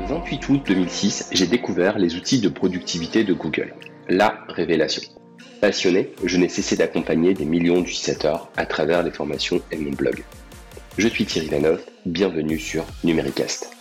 28 août 2006, j'ai découvert les outils de productivité de Google. La révélation. Passionné, je n'ai cessé d'accompagner des millions d'utilisateurs à travers les formations et mon blog. Je suis Thierry Vanoff, bienvenue sur Numéricast.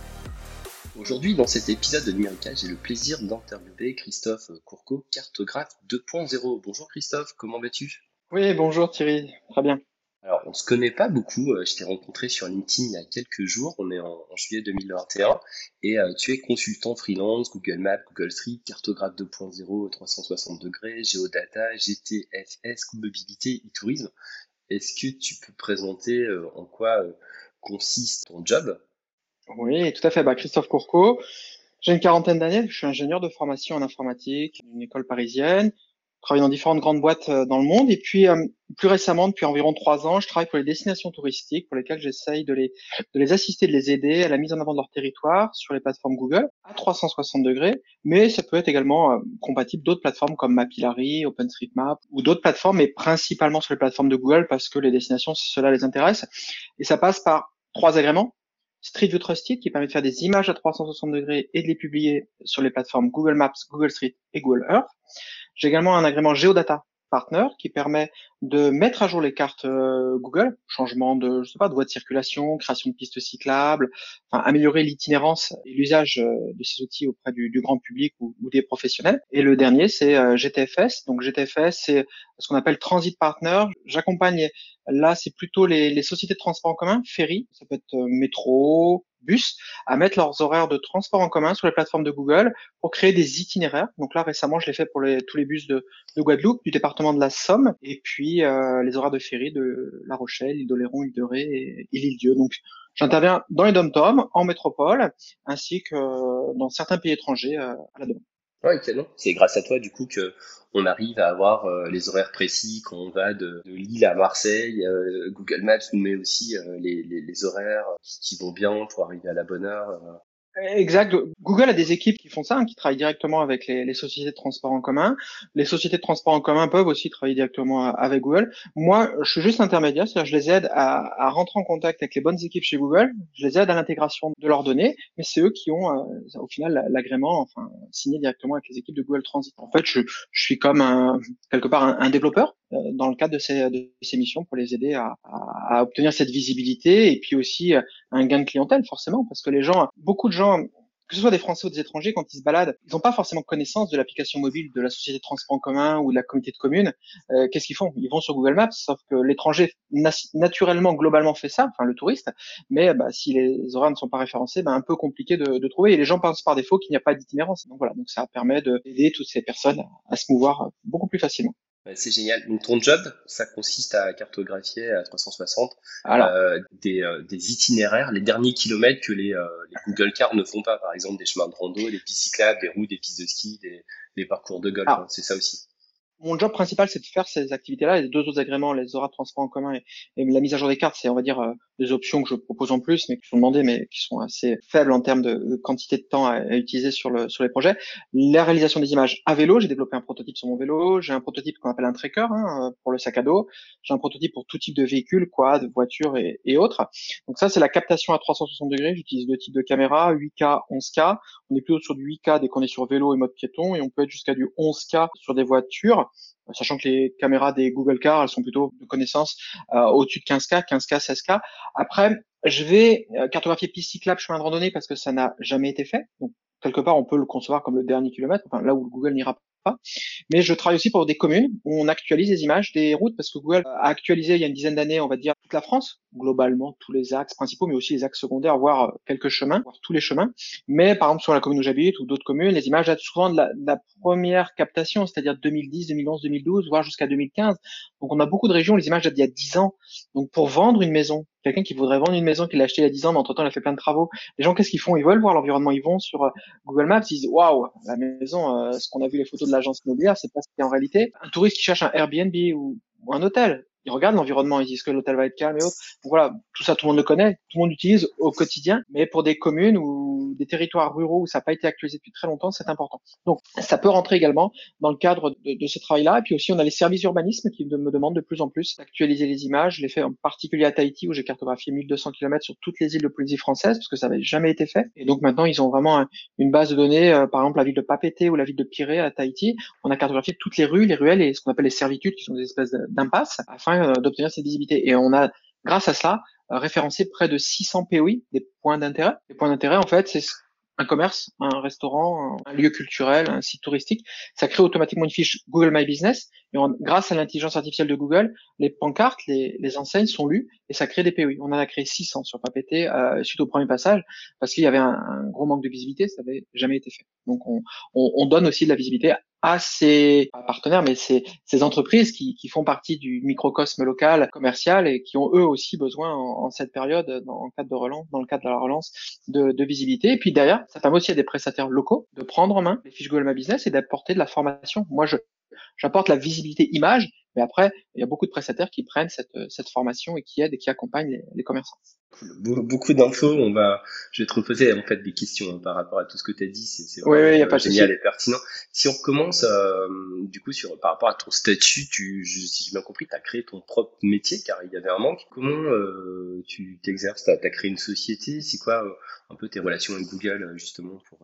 Aujourd'hui, dans cet épisode de Numéricast, j'ai le plaisir d'interviewer Christophe Courcot, cartographe 2.0. Bonjour Christophe, comment vas-tu ? Oui, bonjour Thierry, très bien. Alors, on se connaît pas beaucoup. Je t'ai rencontré sur LinkedIn il y a quelques jours. On est en juillet 2021 et tu es consultant freelance, Google Maps, Google Street, cartographe 2.0, 360 degrés, géodata, GTFS, mobilité, e-tourisme. Est-ce que tu peux présenter en quoi consiste ton job? Oui, tout à fait. Christophe Courcot, j'ai une quarantaine d'années, je suis ingénieur de formation en informatique, une école parisienne, travaille dans différentes grandes boîtes dans le monde. Et puis, plus récemment, depuis environ 3 ans, je travaille pour les destinations touristiques pour lesquelles j'essaye de les assister, de les aider à la mise en avant de leur territoire sur les plateformes Google à 360 degrés. Mais ça peut être également compatible d'autres plateformes comme Mapillary, OpenStreetMap ou d'autres plateformes, mais principalement sur les plateformes de Google parce que les destinations, cela les intéresse. Et ça passe par 3 agréments. Street View Trusted qui permet de faire des images à 360 degrés et de les publier sur les plateformes Google Maps, Google Street et Google Earth. J'ai également un agrément Geodata Partner qui permet de mettre à jour les cartes Google, changement de, de voie de circulation, création de pistes cyclables, améliorer l'itinérance et l'usage de ces outils auprès du grand public ou des professionnels. Et le dernier, c'est GTFS. Donc GTFS, c'est ce qu'on appelle Transit Partner. J'accompagne, là, c'est plutôt les sociétés de transport en commun, ferry, ça peut être métro, bus, à mettre leurs horaires de transport en commun sur les plateformes de Google pour créer des itinéraires. Donc là, récemment, je l'ai fait pour tous les bus de Guadeloupe, du département de la Somme, et puis les horaires de ferry de La Rochelle, l'île d'Oléron, l'île de Ré et l'île Dieu. Donc j'interviens dans les dom-toms, en métropole, ainsi que dans certains pays étrangers à la demande. Ouais, excellent. C'est grâce à toi du coup que on arrive à avoir les horaires précis quand on va de Lille à Marseille. Google Maps nous met aussi les horaires qui vont bien pour arriver à la bonne heure. Exact. Google a des équipes qui font ça, qui travaillent directement avec les sociétés de transport en commun. Les sociétés de transport en commun peuvent aussi travailler directement avec Google. Moi, je suis juste intermédiaire, c'est-à-dire je les aide à rentrer en contact avec les bonnes équipes chez Google. Je les aide à l'intégration de leurs données, mais c'est eux qui ont au final l'agrément, signé directement avec les équipes de Google Transit. En fait, je suis comme quelque part un développeur dans le cadre de ces missions pour les aider à obtenir cette visibilité et puis aussi un gain de clientèle forcément parce que beaucoup de gens, que ce soit des Français ou des étrangers, quand ils se baladent, ils n'ont pas forcément connaissance de l'application mobile de la société de transport en commun ou de la communauté de communes. Qu'est-ce qu'ils font? Ils vont sur Google Maps, sauf que l'étranger naturellement, globalement fait ça, le touriste, mais si les horaires ne sont pas référencés, un peu compliqué de trouver et les gens pensent par défaut qu'il n'y a pas d'itinérance. Donc voilà, donc ça permet d'aider toutes ces personnes à se mouvoir beaucoup plus facilement. Ouais, c'est génial. Donc ton job, ça consiste à cartographier à 360 Alors, des itinéraires, les derniers kilomètres que les Google Cars ne font pas, par exemple des chemins de rando, des pistes cyclables, des routes, des pistes de ski, des parcours de golf, hein. alors C'est ça aussi. mon job principal, c'est de faire ces activités-là. Les deux autres agréments, les horaires de transport en commun et la mise à jour des cartes, c'est, on va dire, des options que je propose en plus, mais qui sont demandées, mais qui sont assez faibles en termes de quantité de temps à utiliser sur les projets. La réalisation des images à vélo, j'ai développé un prototype sur mon vélo. J'ai un prototype qu'on appelle un tracker pour le sac à dos. J'ai un prototype pour tout type de véhicule, quad, voiture et autres. Donc ça, c'est la captation à 360 degrés. J'utilise 2 types de caméras, 8K, 11K. On est plutôt sur du 8K dès qu'on est sur vélo et mode piéton, et on peut être jusqu'à du 11K sur des voitures, sachant que les caméras des Google Cars, elles sont plutôt de connaissance au-dessus de 15K, 15K, 16K. Après, je vais cartographier piste cyclable, chemin de randonnée, parce que ça n'a jamais été fait. Donc, quelque part, on peut le concevoir comme le dernier kilomètre, là où Google n'ira pas. Mais je travaille aussi pour des communes où on actualise les images des routes, parce que Google a actualisé il y a une dizaine d'années, on va dire, toute la France, globalement, tous les axes principaux, mais aussi les axes secondaires, voire quelques chemins, voire tous les chemins. Mais par exemple, sur la commune où j'habite ou d'autres communes, les images datent souvent de la première captation, c'est-à-dire 2010, 2011, 2012, voire jusqu'à 2015. Donc on a beaucoup de régions où les images datent d'il y a 10 ans. Donc pour vendre une maison, quelqu'un qui voudrait vendre une maison qu'il a achetée il y a 10 ans, mais entre-temps il a fait plein de travaux, les gens qu'est-ce qu'ils font? Ils veulent voir l'environnement, ils vont sur Google Maps, ils disent waouh, la maison, ce qu'on a vu les photos de l'agence immobilière, c'est pas ce qu'il y a en réalité. Un touriste qui cherche un Airbnb ou un hôtel, il regarde l'environnement, ils disent que l'hôtel va être calme et autres. Donc voilà, tout ça, tout le monde le connaît, tout le monde l'utilise au quotidien. Mais pour des communes où ou des territoires ruraux où ça n'a pas été actualisé depuis très longtemps, c'est important. Donc, ça peut rentrer également dans le cadre de ce travail-là. Et puis aussi, on a les services d'urbanisme qui me demandent de plus en plus d'actualiser les images. Je l'ai fait en particulier à Tahiti, où j'ai cartographié 1200 km sur toutes les îles de Polynésie française, parce que ça n'avait jamais été fait. Et donc maintenant, ils ont vraiment une base de données, par exemple la ville de Papeete ou la ville de Pirée à Tahiti. On a cartographié toutes les rues, les ruelles et ce qu'on appelle les servitudes, qui sont des espèces d'impasses, afin d'obtenir cette visibilité. Et on a, grâce à cela, référencé près de 600 POI, des points d'intérêt. Les points d'intérêt, en fait, c'est un commerce, un restaurant, un lieu culturel, un site touristique. Ça crée automatiquement une fiche Google My Business. Et grâce à l'intelligence artificielle de Google, les pancartes, les enseignes sont lues et ça crée des POI. On en a créé 600 sur Papeete suite au premier passage parce qu'il y avait un gros manque de visibilité. Ça n'avait jamais été fait. Donc, on donne aussi de la visibilité à ces partenaires, mais ces entreprises qui font partie du microcosme local commercial et qui ont eux aussi besoin en cette période, dans le cadre de relance, dans le cadre de la relance, de visibilité. Et puis derrière, ça permet aussi à des prestataires locaux de prendre en main les fiches Google My Business et d'apporter de la formation. Moi, j'apporte la visibilité image, mais après, il y a beaucoup de prestataires qui prennent cette formation et qui aident et qui accompagnent les commerçants. Beaucoup d'infos. Je vais te reposer en fait des questions par rapport à tout ce que tu as dit. C'est Oui, vraiment y a pas de génial souci. et pertinent. Si on recommence, du coup, par rapport à ton statut, si j'ai bien compris, tu as créé ton propre métier car il y avait un manque. Comment tu t'exerces? T'as créé une société? C'est quoi un peu tes relations avec Google justement pour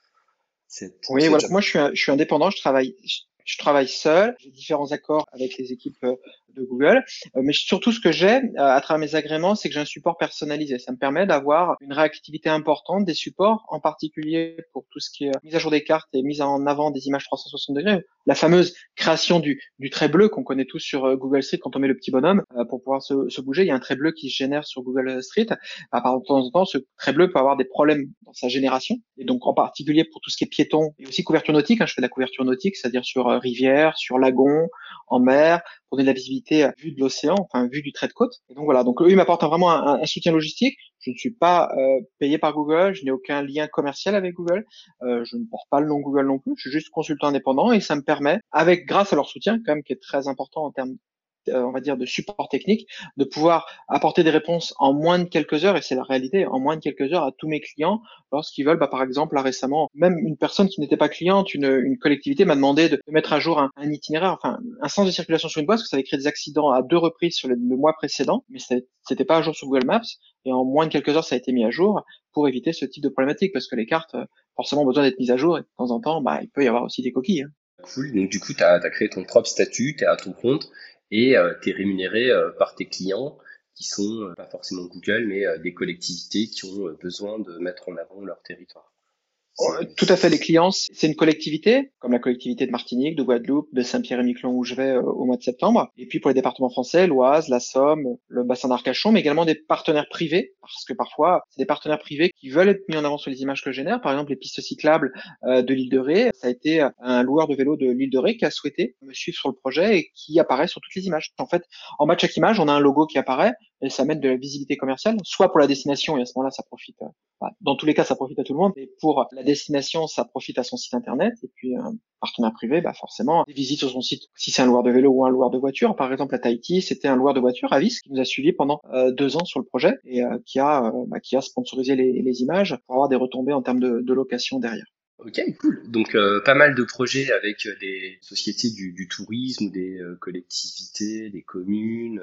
Oui, ce voilà. job? Moi, je suis indépendant. Je travaille seul. J'ai différents accords avec les équipes de Google. Mais surtout, ce que j'ai à travers mes agréments, c'est que j'ai un support personnalisé. Ça me permet d'avoir une réactivité importante des supports, en particulier pour tout ce qui est mise à jour des cartes et mise en avant des images 360 degrés. La fameuse création du trait bleu qu'on connaît tous sur Google Street quand on met le petit bonhomme pour pouvoir se bouger. Il y a un trait bleu qui se génère sur Google Street. Par de temps en temps, ce trait bleu peut avoir des problèmes dans sa génération. Et donc, en particulier pour tout ce qui est piéton et aussi couverture nautique. Je fais de la couverture nautique, c'est-à-dire sur rivière, sur lagon, en mer, pour donner de la visibilité vue de l'océan, enfin vue du trait de côte. Et donc voilà. Donc eux, ils m'apportent vraiment un soutien logistique. Je ne suis pas payé par Google, je n'ai aucun lien commercial avec Google, je ne porte pas le nom Google non plus. Je suis juste consultant indépendant et ça me permet, grâce à leur soutien, quand même, qui est très important en termes on va dire de support technique, de pouvoir apporter des réponses en moins de quelques heures, et c'est la réalité, en moins de quelques heures à tous mes clients lorsqu'ils veulent, par exemple, là récemment, même une personne qui n'était pas cliente, une collectivité m'a demandé de mettre à jour un itinéraire, enfin un sens de circulation sur une voie, parce que ça avait créé des accidents à 2 reprises sur le mois précédent, mais c'était pas à jour sur Google Maps, et en moins de quelques heures, ça a été mis à jour pour éviter ce type de problématique, parce que les cartes, forcément, ont besoin d'être mises à jour, et de temps en temps, il peut y avoir aussi des coquilles. Cool. Donc du coup, tu as créé ton propre statut, tu es à ton compte et tu es rémunéré par tes clients qui sont pas forcément Google, mais des collectivités qui ont besoin de mettre en avant leur territoire. Tout à fait, les clients, c'est une collectivité, comme la collectivité de Martinique, de Guadeloupe, de Saint-Pierre-et-Miquelon où je vais au mois de septembre. Et puis pour les départements français, l'Oise, la Somme, le bassin d'Arcachon, mais également des partenaires privés, parce que parfois, c'est des partenaires privés qui veulent être mis en avant sur les images que je génère. Par exemple, les pistes cyclables de l'île de Ré, ça a été un loueur de vélo de l'île de Ré qui a souhaité me suivre sur le projet et qui apparaît sur toutes les images. En fait, en bas de chaque image, on a un logo qui apparaît et ça met de la visibilité commerciale, soit pour la destination, et à ce moment-là, ça profite dans tous les cas, ça profite à tout le monde. Et pour la destination, ça profite à son site internet. Et puis, un partenaire privé, forcément, des visites sur son site. Si c'est un loueur de vélo ou un loueur de voiture, par exemple, à Tahiti, c'était un loueur de voiture, Avis, qui nous a suivis pendant 2 ans sur le projet et qui a sponsorisé les images pour avoir des retombées en termes de location derrière. Ok, cool. Donc pas mal de projets avec des sociétés du tourisme, des collectivités, des communes,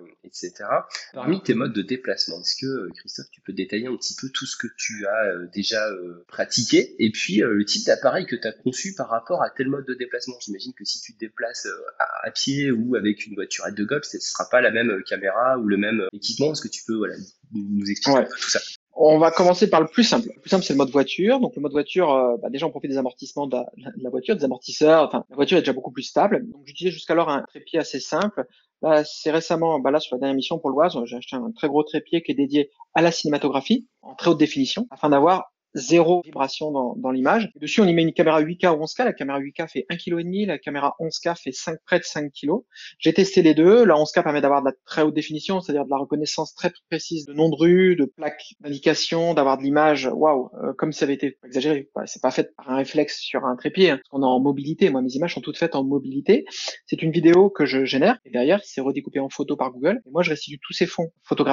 etc. Parmi tes modes de déplacement, est-ce que Christophe, tu peux détailler un petit peu tout ce que tu as déjà pratiqué et puis le type d'appareil que tu as conçu par rapport à tel mode de déplacement? J'imagine que si tu te déplaces à pied ou avec une voiturette de golf, ce ne sera pas la même caméra ou le même équipement. Est-ce que tu peux nous expliquer un Ouais. peu tout ça? On va commencer par le plus simple. Le plus simple, c'est le mode voiture. Donc, le mode voiture, déjà, on profite des amortissements de la voiture, des amortisseurs. Enfin, la voiture est déjà beaucoup plus stable. Donc, j'utilisais jusqu'alors un trépied assez simple. Là, c'est récemment, là, sur la dernière mission pour l'Oise, j'ai acheté un très gros trépied qui est dédié à la cinématographie en très haute définition afin d'avoir zéro vibration dans l'image. Et dessus, on y met une caméra 8K ou 11K. La caméra 8K fait 1,5 kg, la caméra 11K fait près de 5 kg. J'ai testé les deux. La 11K permet d'avoir de la très haute définition, c'est-à-dire de la reconnaissance très précise de noms de rues, de plaques d'indication, d'avoir de l'image, waouh, comme si ça avait été exagéré. C'est pas fait par un réflexe sur un trépied, parce qu'on est en mobilité. Moi, mes images sont toutes faites en mobilité. C'est une vidéo que je génère et derrière, c'est redécoupé en photo par Google. Et moi, je restitue tous ces fonds photographiques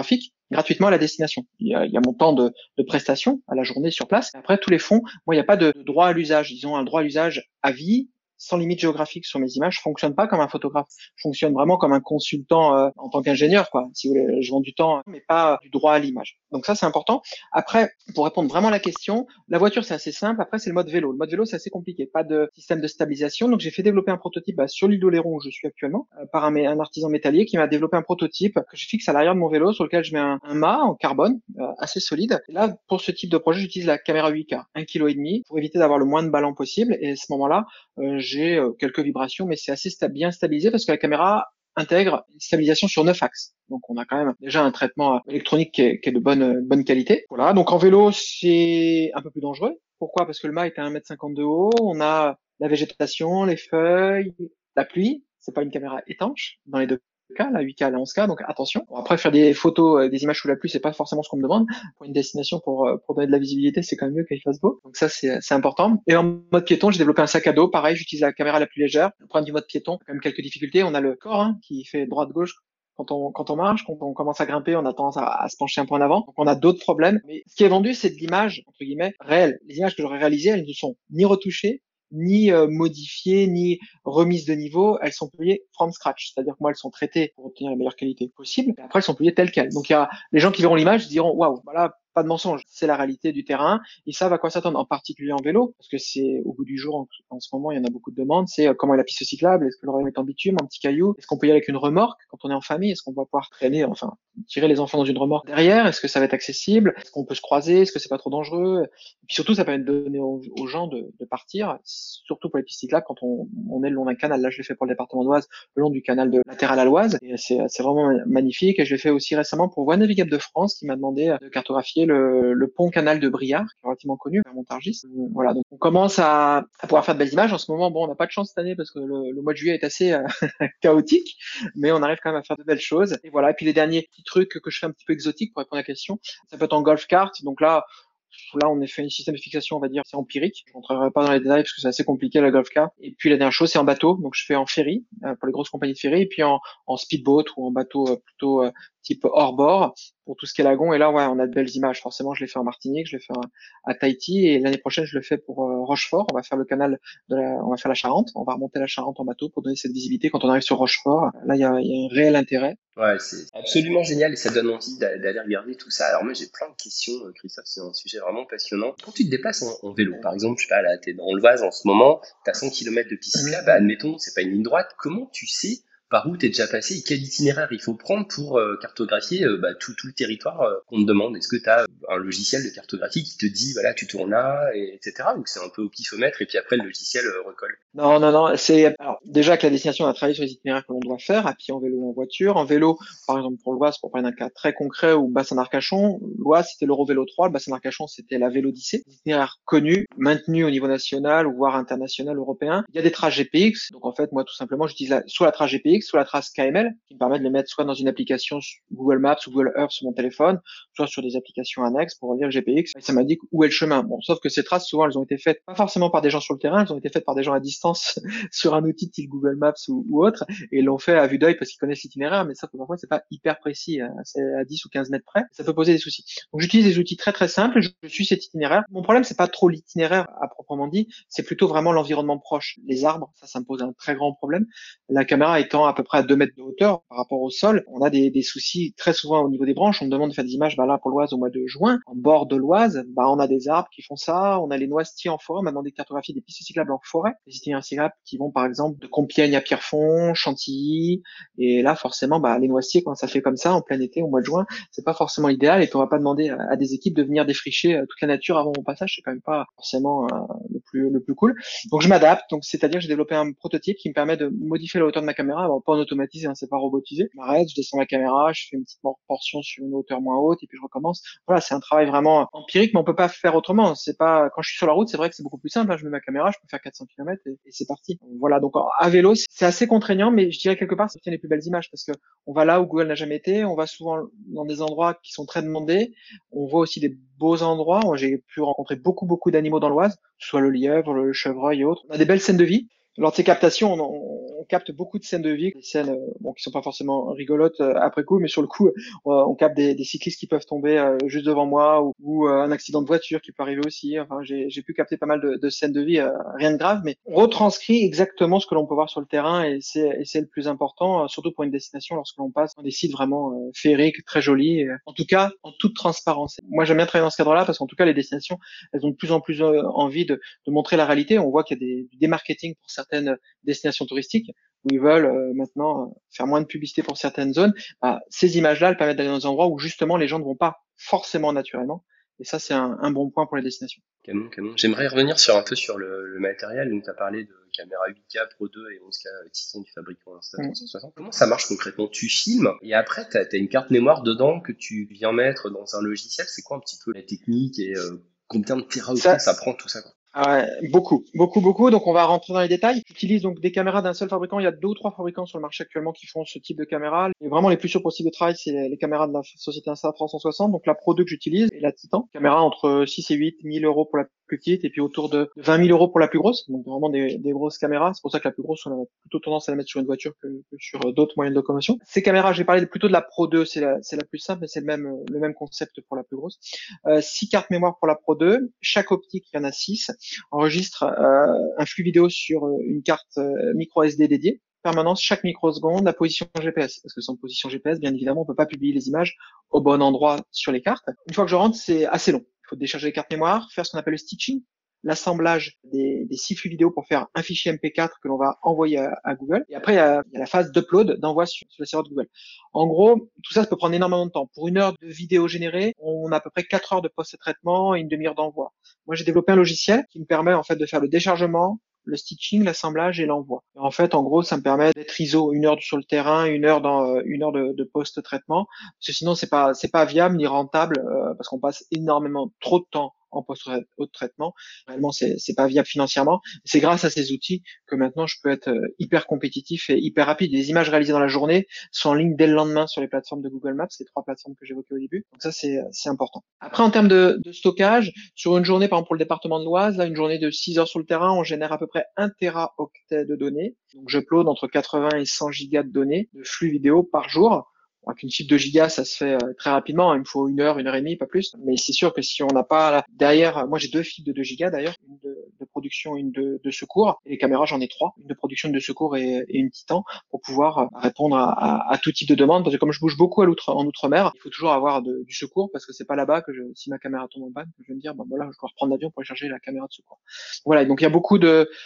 gratuitement à la destination. Il y a mon temps de prestation à la journée sur place. Après, tous les fonds, moi, il n'y a pas de droit à l'usage. Ils ont un droit à l'usage à vie, sans limite géographique sur mes images. Je fonctionne pas comme un photographe. Je fonctionne vraiment comme un consultant en tant qu'ingénieur, quoi. Si vous voulez, je vends du temps, mais pas du droit à l'image. Donc ça, c'est important. Après, pour répondre vraiment à la question, la voiture, c'est assez simple. Après, c'est le mode vélo. Le mode vélo, c'est assez compliqué. Pas de système de stabilisation. Donc, j'ai fait développer un prototype sur l'île d'Oléron où je suis actuellement par un artisan métallier qui m'a développé un prototype que je fixe à l'arrière de mon vélo sur lequel je mets un mât en carbone assez solide. Et là, pour ce type de projet, j'utilise la caméra 8K, 1,5 kg, pour éviter d'avoir le moins de ballons possible. Et à ce moment-là, j'ai quelques vibrations, mais c'est assez bien stabilisé parce que la caméra intègre une stabilisation sur 9 axes. Donc on a quand même déjà un traitement électronique qui est de bonne qualité. Voilà, donc en vélo, c'est un peu plus dangereux. Pourquoi? Parce que le mât est à 1,50 m de haut, on a la végétation, les feuilles, la pluie. C'est pas une caméra étanche dans les deux cas, la 8K, la 11K, donc attention. Bon, après, faire des photos, des images sous la pluie, c'est pas forcément ce qu'on me demande. Pour une destination, pour donner de la visibilité, c'est quand même mieux qu'il fasse beau. Donc ça, c'est important. Et en mode piéton, j'ai développé un sac à dos. Pareil, j'utilise la caméra la plus légère. Le problème du mode piéton, il y a quand même quelques difficultés. On a le corps qui fait droite-gauche. Quand on marche, quand on commence à grimper, on a tendance à se pencher un peu en avant. Donc on a d'autres problèmes. Mais ce qui est vendu, c'est de l'image, entre guillemets, réelle. Les images que j'aurais réalisées, elles ne sont ni retouchées, ni modifiées, ni remises de niveau, elles sont publiées from scratch. C'est-à-dire que moi, elles sont traitées pour obtenir la meilleure qualité possible. Et après, elles sont publiées telles quelles. Donc, il y a les gens qui verront l'image se diront, waouh, voilà, pas de mensonge. C'est la réalité du terrain. Ils savent à quoi s'attendre, en particulier en vélo, parce que c'est au bout du jour, en ce moment, il y en a beaucoup de demandes. C'est comment est la piste cyclable? Est-ce que le rayon est en bitume, en petit caillou? Est-ce qu'on peut y aller avec une remorque quand on est en famille? Est-ce qu'on va pouvoir traîner, enfin, tirer les enfants dans une remorque derrière? Est-ce que ça va être accessible? Est-ce qu'on peut se croiser? Est-ce que c'est pas trop dangereux? Et puis surtout, ça permet de donner aux gens de partir, surtout pour les pistes cyclables quand on est le long d'un canal. Là, je l'ai fait pour le département d'Oise, le long du canal de latéral à l'Oise. Et c'est vraiment magnifique. Et je l'ai fait aussi récemment pour Voies Navigables de France, qui m'a demandé de cartographier le pont canal de Briard, qui est relativement connu, vers Montargis. Voilà. Donc, on commence à pouvoir faire de belles images. En ce moment, bon, on n'a pas de chance cette année parce que le mois de juillet est assez chaotique, mais on arrive quand même à faire de belles choses. Et voilà. Et puis les derniers petits trucs que je fais un petit peu exotiques pour répondre à la question, ça peut être en golf kart. Donc là, on a fait un système de fixation, on va dire, c'est empirique. Je rentrerai pas dans les détails parce que c'est assez compliqué la golf car. Et puis la dernière chose, c'est en bateau. Donc je fais en ferry pour les grosses compagnies de ferry, et puis en speedboat ou en bateau plutôt type hors bord pour tout ce qui est lagon. Et là, ouais, on a de belles images. Forcément, je l'ai fait en Martinique, je l'ai fait à Tahiti, et l'année prochaine, je le fais pour Rochefort. On va faire le canal on va faire la Charente. On va remonter la Charente en bateau pour donner cette visibilité quand on arrive sur Rochefort. Là, il y a un réel intérêt. Ouais, c'est absolument génial et ça donne envie d'aller regarder tout ça. Alors moi j'ai plein de questions, Christophe, c'est un sujet vraiment passionnant. Quand tu te déplaces en vélo, par exemple, je sais pas, là t'es dans le Vase en ce moment, t'as 100 km de piste cyclable, admettons, c'est pas une ligne droite, comment tu sais par où t'es déjà passé et quel itinéraire il faut prendre pour cartographier tout le territoire qu'on te demande? Est-ce que t'as un logiciel de cartographie qui te dit, voilà, tu tournes là, etc. Ou que c'est un peu au pifomètre et puis après le logiciel recolle? Non, non, non. Alors déjà que la destination, on a travaillé sur les itinéraires que l'on doit faire, à pied, en vélo ou en voiture. En vélo, par exemple pour l'Oise, pour parler d'un cas très concret, ou bassin d'Arcachon, l'Oise c'était l'Eurovélo 3, le bassin d'Arcachon c'était la Vélodyssée, des itinéraires connus, maintenus au niveau national ou voire international, européen. Il y a des traces GPX, donc en fait moi tout simplement j'utilise soit la trace GPX, soit la trace KML, qui me permet de les mettre soit dans une application Google Maps ou Google Earth sur mon téléphone, soit sur des applications annexes pour lire le GPX. Et ça m'indique où est le chemin. Bon, sauf que ces traces souvent elles ont été faites pas forcément par des gens sur le terrain, elles ont été faites par des gens à distance sur un outil type Google Maps ou autre, et ils l'ont fait à vue d'œil parce qu'ils connaissent l'itinéraire, mais ça parfois c'est pas hyper précis, hein, c'est à 10 ou 15 mètres près, ça peut poser des soucis. Donc j'utilise des outils très très simples, je suis cet itinéraire. Mon problème c'est pas trop l'itinéraire à proprement dit, c'est plutôt vraiment l'environnement proche, les arbres, ça me pose un très grand problème. La caméra étant à peu près à 2 mètres de hauteur par rapport au sol, on a des soucis très souvent au niveau des branches. On me demande de faire des images, là pour l'Oise au mois de juin, en bord de l'Oise, on a des arbres qui font ça, on a les noisetiers en forêt, on m'a demandé de cartographier des pistes cyclables en forêt, des itinéraires cyclables qui vont par exemple de Compiègne à Pierrefonds, Chantilly, et là forcément les noisetiers quand ça fait comme ça en plein été au mois de juin, c'est pas forcément idéal, et on va pas demander à des équipes de venir défricher toute la nature avant mon passage, c'est quand même pas forcément le plus cool. Donc je m'adapte, donc c'est-à-dire que j'ai développé un prototype qui me permet de modifier la hauteur de ma caméra, pas en automatisé, hein, c'est pas robotisé. Je m'arrête, je descends la caméra, je fais une petite portion sur une hauteur moins haute et puis je recommence. Voilà, c'est un travail vraiment empirique, mais on peut pas faire autrement. C'est pas quand je suis sur la route, c'est vrai que c'est beaucoup plus simple, hein, je mets ma caméra, je peux faire 400 km et c'est parti. Voilà, donc à vélo, c'est assez contraignant, mais je dirais quelque part, ça obtient les plus belles images parce que on va là où Google n'a jamais été, on va souvent dans des endroits qui sont très demandés, on voit aussi des beaux endroits. Moi, j'ai pu rencontrer beaucoup d'animaux dans l'Oise, que ce soit le lièvre, le chevreuil et autres. On a des belles scènes de vie. Lors de ces captations, on capte beaucoup de scènes de vie, des scènes bon, qui sont pas forcément rigolotes après coup, mais sur le coup, on capte des cyclistes qui peuvent tomber juste devant moi ou un accident de voiture qui peut arriver aussi. Enfin, j'ai pu capter pas mal de scènes de vie, rien de grave, mais on retranscrit exactement ce que l'on peut voir sur le terrain et c'est le plus important, surtout pour une destination lorsque l'on passe dans des sites vraiment féeriques, très jolis, en tout cas en toute transparence. Moi, j'aime bien travailler dans ce cadre-là parce qu'en tout cas, les destinations, elles ont de plus en plus envie de montrer la réalité. On voit qu'il y a du démarketing pour certaines destinations touristiques où ils veulent maintenant faire moins de publicité pour certaines zones. Bah, ces images-là, elles permettent d'aller dans des endroits où justement les gens ne vont pas forcément naturellement. Et ça, c'est un bon point pour les destinations. Canon, canon. J'aimerais revenir sur un peu sur le matériel. Donc, tu as parlé de caméra 8K Pro 2 et 11K Titan du fabricant Insta360. Comment ça marche concrètement? Tu filmes et après, tu as une carte mémoire dedans que tu viens mettre dans un logiciel. C'est quoi un petit peu la technique et combien de téraoctets ça prend tout ça, quoi? Ah ouais, beaucoup, beaucoup, beaucoup. Donc, on va rentrer dans les détails. J'utilise donc des caméras d'un seul fabricant. Il y a 2 ou 3 fabricants sur le marché actuellement qui font ce type de caméra. Et vraiment, les plus sûrs possibles de travail, c'est les caméras de la société Insta360. Donc, la Pro 2 que j'utilise et la Titan. Caméra entre 6 et 8 000 euros pour la plus petite et puis autour de 20 000 euros pour la plus grosse. Donc, vraiment des grosses caméras. C'est pour ça que la plus grosse, on a plutôt tendance à la mettre sur une voiture que sur d'autres moyens de locomotion. Ces caméras, j'ai parlé plutôt de la Pro 2. C'est la plus simple, mais c'est le même concept pour la plus grosse. 6 cartes mémoire pour la Pro 2. Chaque optique, il y en a 6. Enregistre un flux vidéo sur une carte micro SD dédiée. Permanence chaque microseconde, la position GPS. Parce que sans position GPS, bien évidemment, on peut pas publier les images au bon endroit sur les cartes. Une fois que je rentre, c'est assez long. Il faut décharger les cartes mémoire, faire ce qu'on appelle le stitching, l'assemblage des 6 flux vidéo pour faire un fichier MP4 que l'on va envoyer à Google. Et après, il y a la phase d'upload, d'envoi sur le serveur de Google. En gros, tout ça peut prendre énormément de temps. Pour 1 heure de vidéo générée, on a à peu près 4 heures de post-traitement et une demi-heure d'envoi. Moi, j'ai développé un logiciel qui me permet en fait de faire le déchargement, le stitching, l'assemblage et l'envoi. En fait, en gros, ça me permet d'être ISO 1 heure sur le terrain, 1 heure dans 1 heure de post-traitement. Parce que sinon, c'est pas viable ni rentable parce qu'on passe énormément trop de temps en post-traitement. Réellement, c'est pas viable financièrement. C'est grâce à ces outils que maintenant je peux être hyper compétitif et hyper rapide. Les images réalisées dans la journée sont en ligne dès le lendemain sur les plateformes de Google Maps, les 3 plateformes que j'évoquais au début. Donc ça, c'est important. Après, en termes de stockage, sur une journée, par exemple pour le département de l'Oise, là, une journée de 6 heures sur le terrain, on génère à peu près 1 téraoctet de données. Donc j'upload entre 80 et 100 gigas de données de flux vidéo par jour. Avec une chip de gigas, ça se fait très rapidement. Il me faut 1 heure, 1 heure et demie, pas plus. Mais c'est sûr que si on n'a pas derrière, moi j'ai 2 fibres de 2 gigas d'ailleurs, une de production, une de secours. Et les caméras, j'en ai 3, une de production, une de secours et une Titan pour pouvoir répondre à tout type de demande. Parce que comme je bouge beaucoup en outre-mer, il faut toujours avoir du secours parce que c'est pas là-bas que si ma caméra tombe en panne, que je vais me dire, bon voilà, je dois reprendre l'avion pour aller chercher la caméra de secours. Voilà, donc il y a beaucoup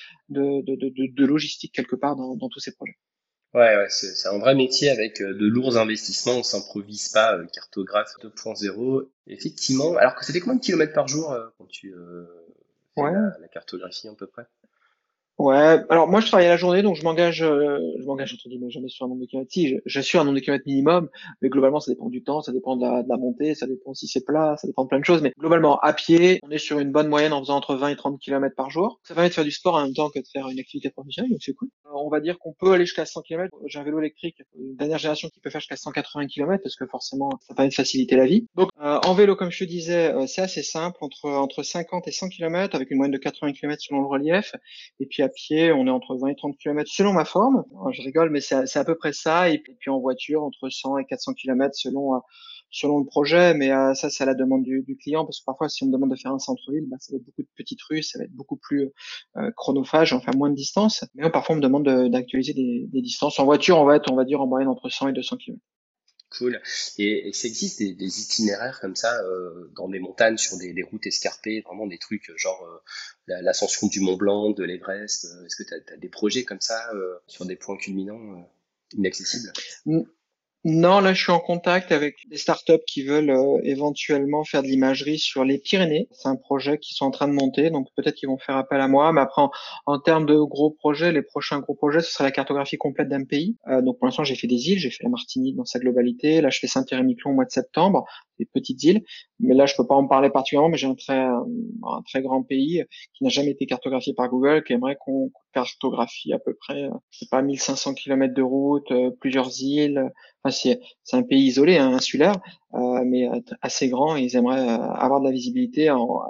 de logistique quelque part dans tous ces projets. Ouais, c'est un vrai métier avec de lourds investissements. On s'improvise pas cartographe 2.0. Effectivement. Alors que c'était combien de kilomètres par jour quand tu fais Ouais. la cartographie à peu près? Ouais, alors moi je travaille à la journée, donc je m'engage entre guillemets jamais sur un nombre de kilomètres. Si, je suis un nombre de kilomètres minimum, mais globalement ça dépend du temps, ça dépend de la montée, ça dépend si c'est plat, ça dépend de plein de choses. Mais globalement, à pied, on est sur une bonne moyenne en faisant entre 20 et 30 kilomètres par jour. Ça permet de faire du sport en même temps que de faire une activité professionnelle, donc c'est cool. On va dire qu'on peut aller jusqu'à 100 kilomètres. J'ai un vélo électrique, une dernière génération qui peut faire jusqu'à 180 kilomètres parce que forcément ça permet de faciliter la vie. Donc en vélo, comme je te disais, c'est assez simple, entre 50 et 100 kilomètres avec une moyenne de 80 kilomètres selon le relief. Et puis à pied, on est entre 20 et 30 kilomètres selon ma forme. Alors, je rigole, mais c'est à peu près ça. Et puis en voiture, entre 100 et 400 kilomètres selon le projet. Mais ça, c'est à la demande du client. Parce que parfois, si on me demande de faire un centre-ville, bah, ça va être beaucoup de petites rues, ça va être beaucoup plus chronophage, enfin moins de distance. Mais parfois, on me demande d'actualiser des distances. En voiture, on va dire en moyenne entre 100 et 200 kilomètres. Cool. Et ça existe des itinéraires comme ça dans des montagnes, sur des routes escarpées, vraiment des trucs genre l'ascension du Mont Blanc, de l'Everest. Est-ce que tu as des projets comme ça sur des points culminants inaccessibles? Non, là, je suis en contact avec des startups qui veulent éventuellement faire de l'imagerie sur les Pyrénées. C'est un projet qu'ils sont en train de monter, donc peut-être qu'ils vont faire appel à moi. Mais après, en termes de gros projets, les prochains gros projets, ce sera la cartographie complète d'un pays. Donc pour l'instant, j'ai fait des îles, j'ai fait la Martinique dans sa globalité. Là, je fais Saint-Pierre-et-Miquelon au mois de septembre, des petites îles. Mais là, je peux pas en parler particulièrement, mais j'ai un très grand pays qui n'a jamais été cartographié par Google, qui aimerait qu'on cartographie à peu près, je sais pas, 1500 kilomètres de route, plusieurs îles. Enfin, c'est un pays isolé, hein, insulaire, mais assez grand. Et ils aimeraient avoir de la visibilité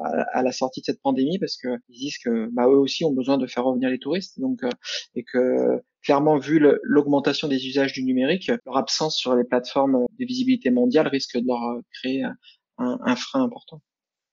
à la sortie de cette pandémie parce que ils disent que eux aussi ont besoin de faire revenir les touristes. Donc et que clairement, vu l'augmentation des usages du numérique, leur absence sur les plateformes de visibilité mondiale risque de leur créer un frein important.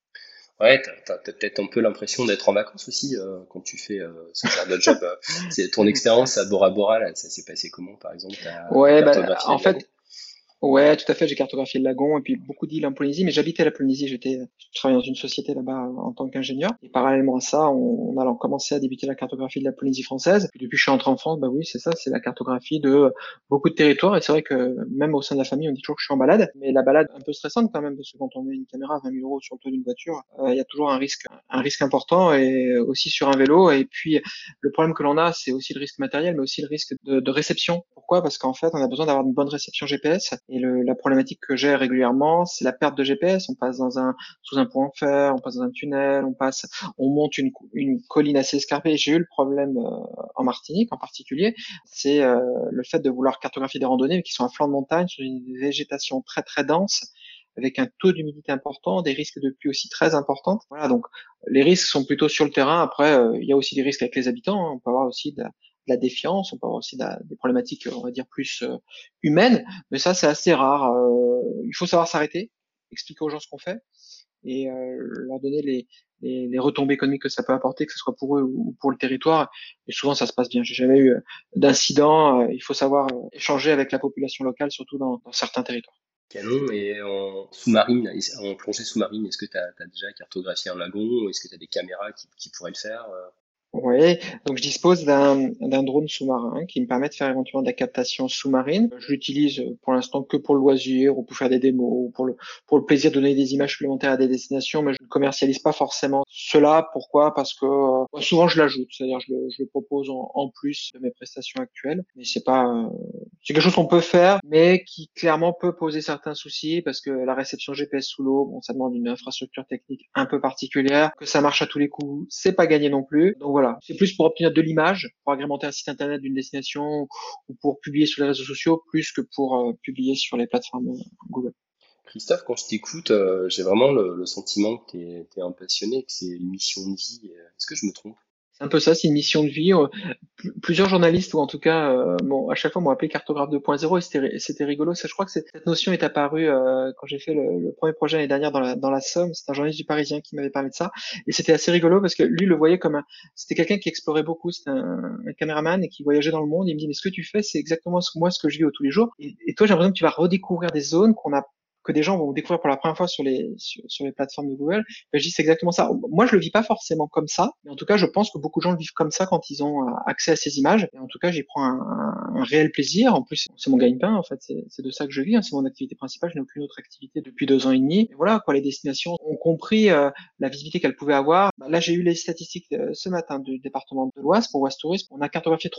Ouais, t'as peut-être un peu l'impression d'être en vacances aussi quand tu fais ce genre de job. C'est ton expérience à Bora Bora, là, ça s'est passé comment, par exemple? T'as Ouais, cartographié en les lagons? fait, ouais, tout à fait. J'ai cartographié le lagon et puis beaucoup d'îles en Polynésie, mais j'habitais la Polynésie. Je travaillais dans une société là-bas en tant qu'ingénieur. Et parallèlement à ça, on a commencé à débuter la cartographie de la Polynésie française. Et depuis que je suis rentré en France, oui, c'est ça, c'est la cartographie de beaucoup de territoires. Et c'est vrai que même au sein de la famille, on dit toujours que je suis en balade, mais la balade un peu stressante quand même, parce que quand on met une caméra à 20 000 euros sur le toit d'une voiture, il y a toujours un risque important, et aussi sur un vélo. Et puis le problème que l'on a, c'est aussi le risque matériel, mais aussi le risque de réception. Pourquoi? Parce qu'en fait, on a besoin d'avoir une bonne réception GPS. Et la problématique que j'ai régulièrement, c'est la perte de GPS. On passe sous un pont en fer, on passe dans un tunnel, on monte une colline assez escarpée. J'ai eu le problème en Martinique en particulier, c'est le fait de vouloir cartographier des randonnées qui sont à flanc de montagne, sur une végétation très très dense, avec un taux d'humidité important, des risques de pluie aussi très importants. Voilà, donc les risques sont plutôt sur le terrain. Après, il y a aussi des risques avec les habitants, hein. On peut avoir aussi de la défiance, on peut avoir aussi des problématiques, on va dire, plus humaines, mais ça, c'est assez rare. Il faut savoir s'arrêter, expliquer aux gens ce qu'on fait, et leur donner les retombées économiques que ça peut apporter, que ce soit pour eux ou pour le territoire. Et souvent, ça se passe bien. J'ai jamais eu d'incident. Il faut savoir échanger avec la population locale, surtout dans certains territoires. Canon et en sous-marine, en plongée sous-marine, est-ce que t'as déjà cartographié un lagon? Est-ce que t'as des caméras qui pourraient le faire? Oui, donc je dispose d'un drone sous-marin qui me permet de faire éventuellement de la captation sous-marine. Je l'utilise pour l'instant que pour le loisir ou pour faire des démos ou pour le plaisir de donner des images supplémentaires à des destinations, mais je ne commercialise pas forcément cela. Pourquoi? Parce que souvent je l'ajoute, c'est-à-dire je le propose en plus de mes prestations actuelles, mais c'est pas c'est quelque chose qu'on peut faire, mais qui clairement peut poser certains soucis parce que la réception GPS sous l'eau, bon, ça demande une infrastructure technique un peu particulière, que ça marche à tous les coups, c'est pas gagné non plus. Donc voilà, c'est plus pour obtenir de l'image, pour agrémenter un site internet d'une destination ou pour publier sur les réseaux sociaux, plus que pour publier sur les plateformes Google. Christophe, quand je t'écoute, j'ai vraiment le sentiment que t'es un passionné, que c'est une mission de vie. Est-ce que je me trompe? C'est un peu ça, c'est une mission de vie. Plusieurs journalistes, ou en tout cas, à chaque fois, m'ont appelé cartographe 2.0, et c'était rigolo. Ça, je crois que cette notion est apparue quand j'ai fait le premier projet l'année dernière dans la Somme. C'est un journaliste du Parisien qui m'avait parlé de ça, et c'était assez rigolo parce que lui le voyait comme c'était quelqu'un qui explorait beaucoup. C'était un caméraman et qui voyageait dans le monde. Il me dit, mais ce que tu fais, c'est exactement ce que je vis au tous les jours. Et toi, j'ai l'impression que tu vas redécouvrir des zones que des gens vont découvrir pour la première fois sur les plateformes de Google. Ben, je dis c'est exactement ça. Moi, je le vis pas forcément comme ça, mais en tout cas, je pense que beaucoup de gens le vivent comme ça quand ils ont accès à ces images. Et en tout cas, j'y prends un réel plaisir. En plus, c'est mon gagne-pain. En fait, c'est de ça que je vis, hein. C'est mon activité principale. Je n'ai aucune autre activité depuis 2 ans et demi. Et voilà, quoi, les destinations ont compris la visibilité qu'elles pouvaient avoir. Ben, là, j'ai eu les statistiques ce matin du département de l'Oise pour Ouest Tourisme. On a cartographié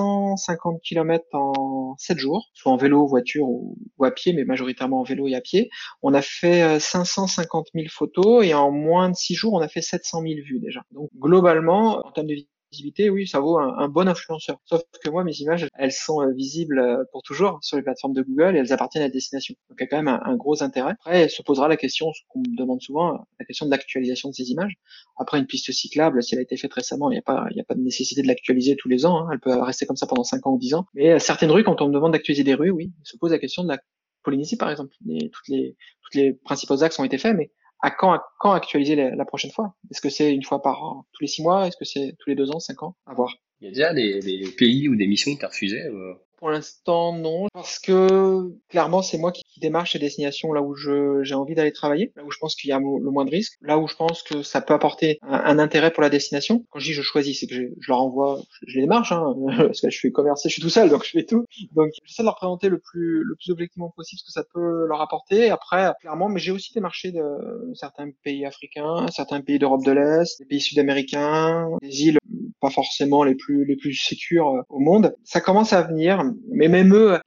350 km en 7 jours, soit en vélo, voiture ou à pied, mais majoritairement en vélo et à pied. On a fait 550 000 photos et en moins de 6 jours, on a fait 700 000 vues déjà. Donc globalement, en termes de visibilité, oui, ça vaut un bon influenceur. Sauf que moi, mes images, elles sont visibles pour toujours sur les plateformes de Google et elles appartiennent à la destination. Donc il y a quand même un gros intérêt. Après, se posera la question, ce qu'on me demande souvent, la question de l'actualisation de ces images. Après, une piste cyclable, si elle a été faite récemment, il y a pas de nécessité de l'actualiser tous les ans, hein. Elle peut rester comme ça pendant 5 ans ou 10 ans. Mais certaines rues, quand on me demande d'actualiser des rues, oui, se pose la question de la Polynésie, par exemple. Toutes les principaux axes ont été faits, mais à quand actualiser la prochaine fois? Est-ce que c'est une fois par an, tous les 6 mois? Est-ce que c'est tous les 2 ans, 5 ans? À voir. Il y a déjà des pays ou des missions que t'as refusées? Pour l'instant, non, parce que clairement, c'est moi qui démarche ces destinations là où j'ai envie d'aller travailler, là où je pense qu'il y a le moins de risques, là où je pense que ça peut apporter un intérêt pour la destination. Quand je dis je choisis, c'est que je leur envoie, je les démarche, hein, parce que je suis commercial, je suis tout seul, donc je fais tout. Donc j'essaie de leur présenter le plus objectivement possible ce que ça peut leur apporter. Après, clairement, mais j'ai aussi démarché de certains pays africains, certains pays d'Europe de l'Est, des pays sud-américains, des îles pas forcément les plus sécures au monde. Ça commence à venir, mais même eux,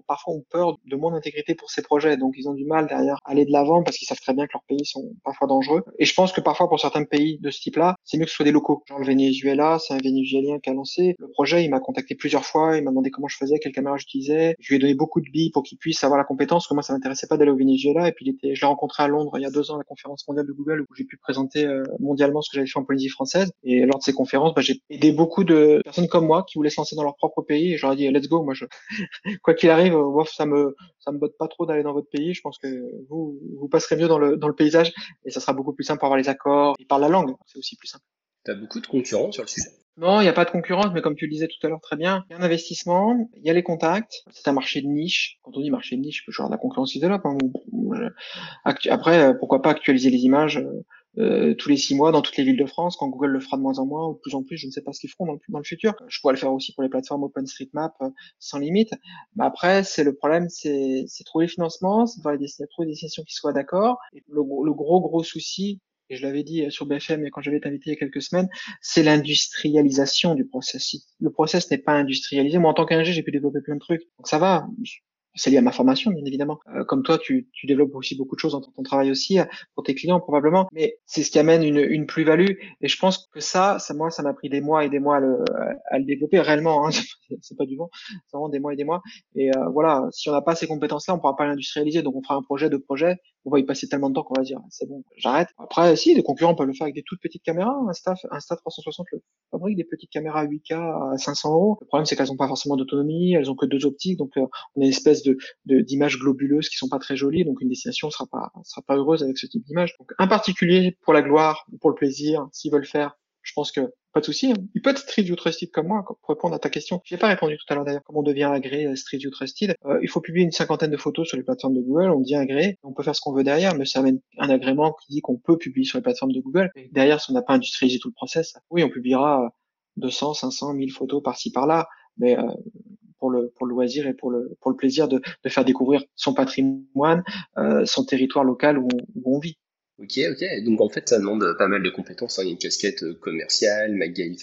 parfois ont peur de mon intégrité pour ces projets, donc ils ont du mal derrière à aller de l'avant parce qu'ils savent très bien que leurs pays sont parfois dangereux. Et je pense que parfois pour certains pays de ce type-là, c'est mieux que ce soit des locaux. Genre le Venezuela, c'est un Vénézuélien qui a lancé le projet, il m'a contacté plusieurs fois, il m'a demandé comment je faisais, quelle caméra j'utilisais. Je lui ai donné beaucoup de billes pour qu'il puisse avoir la compétence, parce que moi ça m'intéressait pas d'aller au Venezuela. Et puis je l'ai rencontré à Londres il y a 2 ans à la conférence mondiale de Google où j'ai pu présenter mondialement ce que j'avais fait en Polynésie française. Et lors de ces conférences, j'ai aidé beaucoup de personnes comme moi qui voulaient se lancer dans leur propre pays. Et je leur ai dit let's go, moi quoi qu'il arrive, moi, ça me botte pas trop d'aller dans votre pays. Je pense que vous passerez mieux dans le paysage et ça sera beaucoup plus simple pour avoir les accords et par la langue. C'est aussi plus simple. T'as beaucoup de concurrents sur le sujet? Non, il n'y a pas de concurrence, mais comme tu le disais tout à l'heure très bien, il y a un investissement, il y a les contacts, c'est un marché de niche. Quand on dit marché de niche, il peut y avoir de la concurrence qui se développe, hein. Après, pourquoi pas actualiser les images tous les 6 mois dans toutes les villes de France, quand Google le fera de moins en moins ou de plus en plus, je ne sais pas ce qu'ils feront dans le futur. Je pourrais le faire aussi pour les plateformes OpenStreetMap sans limite. Mais après, c'est le problème, c'est trouver le financement, c'est trouver des destinations qui soient d'accord. Et le gros souci, et je l'avais dit sur BFM et quand j'avais été invité il y a quelques semaines, c'est l'industrialisation du process. Si le process n'est pas industrialisé, moi en tant qu'ingé, j'ai pu développer plein de trucs. Donc ça va. C'est lié à ma formation, bien évidemment. Comme toi, tu développes aussi beaucoup de choses dans ton travail aussi, pour tes clients probablement. Mais c'est ce qui amène une plus-value. Et je pense que moi, ça m'a pris des mois et des mois à le développer réellement. Hein. C'est pas du vent, c'est vraiment des mois et des mois. Et voilà, si on n'a pas ces compétences-là, on pourra pas l'industrialiser. Donc on fera un projet, 2 projets. On va y passer tellement de temps qu'on va dire c'est bon, j'arrête. Après, si les concurrents peuvent le faire avec des toutes petites caméras, Insta 360 le fabrique des petites caméras 8K à 500 €. Le problème, c'est qu'elles n'ont pas forcément d'autonomie, elles ont que 2 optiques, donc on a une espèce d'images globuleuses qui sont pas très jolies, donc une destination sera pas heureuse avec ce type d'image. Donc un particulier pour la gloire, pour le plaisir, s'ils veulent faire, je pense que pas de souci, hein. Il peut être Street View Trusted comme moi, pour répondre à ta question. J'ai pas répondu tout à l'heure d'ailleurs. Comment on devient agréé Street View Trusted? Il faut publier une cinquantaine de photos sur les plateformes de Google. On dit agréé. On peut faire ce qu'on veut derrière, mais ça amène un agrément qui dit qu'on peut publier sur les plateformes de Google. Et derrière, si on n'a pas industrialisé tout le process, oui, on publiera 200, 500, 1000 photos par-ci par-là. Mais pour le loisir et pour le plaisir de faire découvrir son patrimoine, son territoire local où on vit. Ok, ok. Donc en fait, ça demande pas mal de compétences, hein. Il y a une casquette commerciale, MacGyver,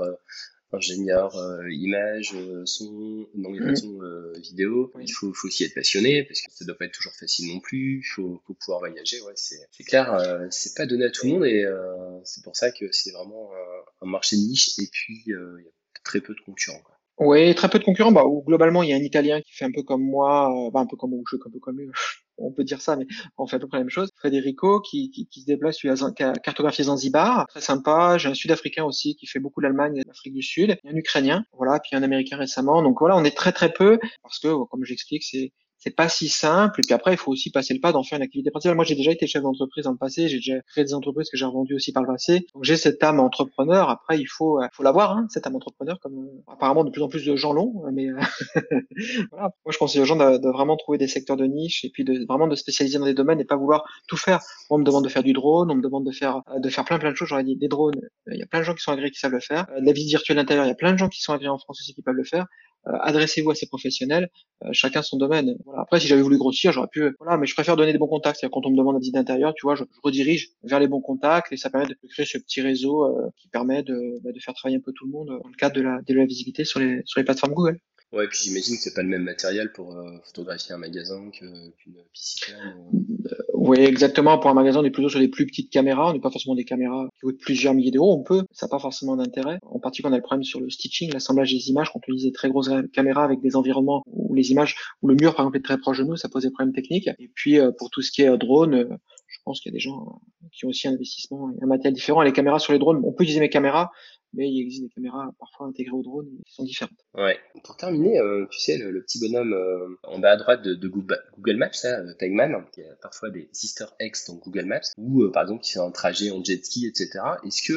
ingénieur image, son, non mais pas Mhm. son, vidéo. Oui. Il faut aussi être passionné parce que ça doit pas être toujours facile non plus. Il faut pouvoir voyager. Ouais, c'est clair. C'est pas donné à tout le monde et c'est pour ça que c'est vraiment un marché de niche et puis il y a très peu de concurrents, quoi. Oui, très peu de concurrents. Où globalement, il y a un Italien qui fait un peu comme moi, un peu comme moi, ou je fais un peu comme lui. On peut dire ça, mais on fait à peu près la même chose. Federico, qui se déplace, qui a cartographié Zanzibar, très sympa. J'ai un Sud-Africain aussi qui fait beaucoup l'Allemagne et l'Afrique du Sud. Il y a un Ukrainien, voilà, puis un Américain récemment. Donc voilà, on est très très peu parce que, comme j'explique, c'est pas si simple. Et puis après, il faut aussi passer le pas d'en faire une activité principale. Moi, j'ai déjà été chef d'entreprise dans le passé. J'ai déjà créé des entreprises que j'ai revendues aussi par le passé. Donc j'ai cette âme entrepreneur. Après, il faut l'avoir, hein, cette âme entrepreneur, comme apparemment de plus en plus de gens l'ont. Mais voilà. Moi, je conseille aux gens de vraiment trouver des secteurs de niche et puis vraiment de spécialiser dans des domaines et pas vouloir tout faire. Moi, on me demande de faire du drone, on me demande de faire plein de choses. J'aurais dit des drones. Il y a plein de gens qui sont agréés qui savent le faire. De la visite virtuelle intérieure, il y a plein de gens qui sont agréés en France aussi qui peuvent le faire. Adressez-vous à ces professionnels, chacun son domaine. Voilà. Après, si j'avais voulu grossir, j'aurais pu. Voilà, mais je préfère donner des bons contacts. C'est-à-dire quand on me demande la visite d'intérieur, tu vois, je redirige vers les bons contacts et ça permet de créer ce petit réseau qui permet de faire travailler un peu tout le monde dans le cadre de la visibilité sur les plateformes Google. Ouais, puis j'imagine que c'est pas le même matériel pour photographier un magasin qu'une piscicole. Oui, exactement. Pour un magasin, on est plutôt sur des plus petites caméras. On n'est pas forcément des caméras qui coûtent plusieurs milliers d'euros. On peut, ça n'a pas forcément d'intérêt. En particulier, on a le problème sur le stitching, l'assemblage des images. Quand on utilise des très grosses caméras avec des environnements où les images, où le mur, par exemple, est très proche de nous, ça pose des problèmes techniques. Et puis, pour tout ce qui est drone, je pense qu'il y a des gens qui ont aussi un investissement et un matériel différent. Et les caméras sur les drones, on peut utiliser mes caméras, mais il existe des caméras parfois intégrées au drone qui sont différentes. Ouais. Pour terminer, tu sais, le petit bonhomme en bas à droite de Google Maps, là, Tagman, qui a parfois des Easter eggs dans Google Maps, ou par exemple qui fait un trajet en jet ski, etc. Est-ce que,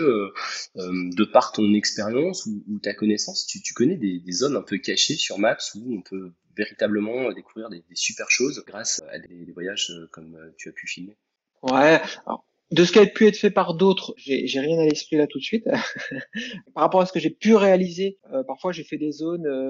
de par ton expérience ou ta connaissance, tu connais des zones un peu cachées sur Maps où on peut véritablement découvrir des super choses grâce à des voyages comme tu as pu filmer? Ouais. Alors, de ce qui a pu être fait par d'autres, j'ai rien à l'esprit là tout de suite. Par rapport à ce que j'ai pu réaliser, parfois j'ai fait des zones.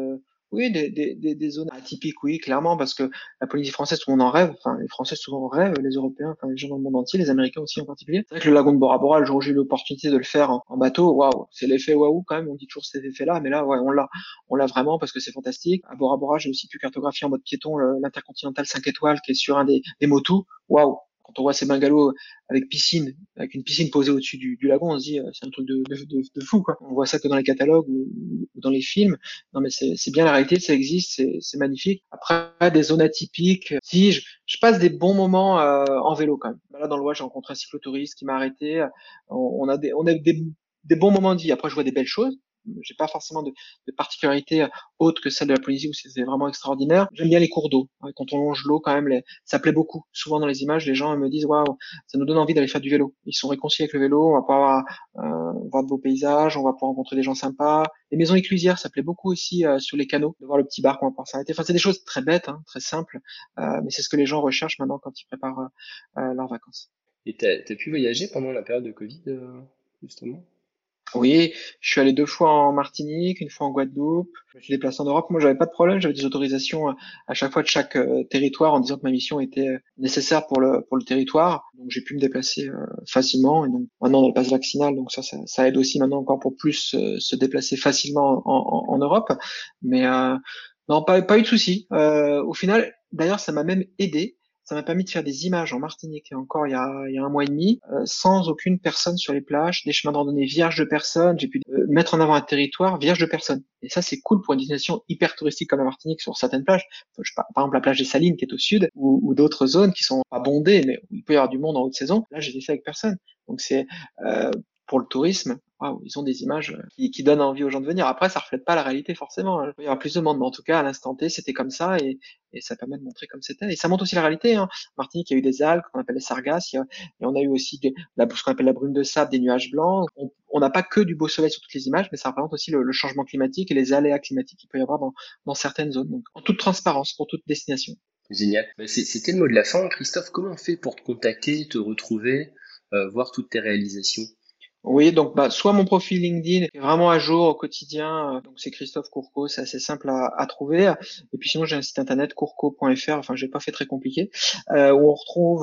Oui, des zones atypiques, oui, clairement, parce que la Polynésie française, tout le monde en rêve. Enfin, les Français souvent en rêvent, les Européens, enfin, les gens dans le monde entier, les Américains aussi en particulier. C'est vrai que le lagon de Bora Bora, le jour où j'ai eu l'opportunité de le faire en bateau, waouh, c'est l'effet waouh quand même. On dit toujours cet effet-là, mais là, ouais, on l'a vraiment parce que c'est fantastique. À Bora Bora, j'ai aussi pu cartographier en mode piéton l'intercontinental 5 étoiles qui est sur un des Motu. Waouh. Quand on voit ces bungalows avec piscine, avec une piscine posée au-dessus du lagon, on se dit, c'est un truc de fou, quoi. On voit ça que dans les catalogues ou dans les films. Non, mais c'est bien la réalité, ça existe, c'est magnifique. Après, des zones atypiques, si je passe des bons moments en vélo quand même. Là, dans le Loire, j'ai rencontré un cyclotouriste qui m'a arrêté. On a des bons moments de vie. Après, je vois des belles choses. J'ai pas forcément de particularité autre que celle de la Polynésie où c'est vraiment extraordinaire. J'aime bien les cours d'eau. Quand on longe l'eau, quand même, ça plaît beaucoup. Souvent dans les images, les gens me disent waouh, ça nous donne envie d'aller faire du vélo. Ils sont réconciliés avec le vélo. On va pouvoir voir de beaux paysages, on va pouvoir rencontrer des gens sympas. Les maisons éclusières, ça plaît beaucoup aussi sur les canaux, de voir le petit bar qu'on va pouvoir s'arrêter. Enfin, c'est des choses très bêtes, hein, très simples, mais c'est ce que les gens recherchent maintenant quand ils préparent leurs vacances. Et t'as pu voyager pendant la période de Covid, justement? Oui, je suis allé 2 fois en Martinique, une fois en Guadeloupe. Je me suis déplacé en Europe. Moi, j'avais pas de problème. J'avais des autorisations à chaque fois de chaque territoire en disant que ma mission était nécessaire pour le territoire. Donc, j'ai pu me déplacer facilement. Et donc, maintenant, on a le pass vaccinal. Donc, ça aide aussi maintenant encore pour plus se déplacer facilement en Europe. Mais non, pas eu de souci. Au final, d'ailleurs, ça m'a même aidé. Ça m'a permis de faire des images en Martinique et encore il y a un mois et demi, sans aucune personne sur les plages, des chemins de randonnée vierges de personnes. J'ai pu mettre en avant un territoire vierge de personnes. Et ça, c'est cool pour une destination hyper touristique comme la Martinique sur certaines plages. Par exemple, la plage des Salines qui est au sud, ou d'autres zones qui sont pas bondées, mais où il peut y avoir du monde en haute saison. Là, j'ai fait avec personne. Donc c'est euh, pour le tourisme. Waouh, ils ont des images qui donnent envie aux gens de venir. Après, ça reflète pas la réalité forcément, hein. Il peut y avoir plus de monde, mais en tout cas, à l'instant T, c'était comme ça et ça permet de montrer comme c'était. Et ça montre aussi la réalité, hein. Martinique, il y a eu des algues qu'on appelle les sargasses, et on a eu aussi ce qu'on appelle la brume de sable, des nuages blancs. On n'a pas que du beau soleil sur toutes les images, mais ça représente aussi le changement climatique et les aléas climatiques qu'il peut y avoir dans certaines zones. Donc, en toute transparence pour toute destination. Génial. Bah, c'était le mot de la fin. Christophe, comment on fait pour te contacter, te retrouver, voir toutes tes réalisations? Oui, donc soit mon profil LinkedIn est vraiment à jour au quotidien, donc c'est Christophe Courcos, c'est assez simple à trouver. Et puis sinon j'ai un site internet courcos.fr, enfin j'ai pas fait très compliqué, où on retrouve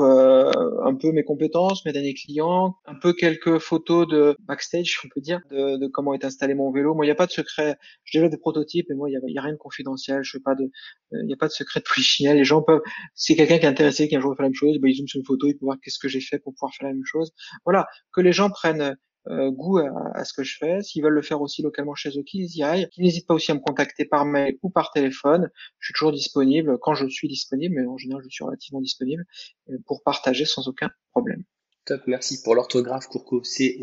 un peu mes compétences, mes derniers clients, un peu quelques photos de backstage, on peut dire, de comment est installé mon vélo. Moi il n'y a pas de secret, je développe des prototypes, mais moi il y a rien de confidentiel, je fais pas de, il y a pas de secret de polichinelle. Les gens peuvent, si quelqu'un qui est intéressé, qui un jour fait la même chose, il zoome sur une photo, il peut voir qu'est-ce que j'ai fait pour pouvoir faire la même chose. Voilà, que les gens prennent goût à ce que je fais. S'ils veulent le faire aussi localement chez eux, qu'ils y aillent. Qu'ils n'hésitent pas aussi à me contacter par mail ou par téléphone. Je suis toujours disponible quand je suis disponible, mais en général, je suis relativement disponible pour partager sans aucun problème. Top, merci pour l'orthographe, Courco,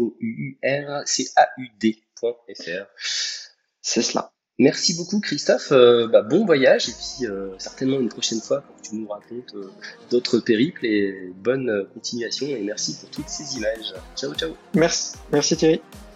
COUURCAUD.fr. C'est cela. Merci beaucoup, Christophe. Bon voyage et puis certainement une prochaine fois pour que tu nous racontes d'autres périples et bonne continuation et merci pour toutes ces images. Ciao, ciao. Merci Thierry.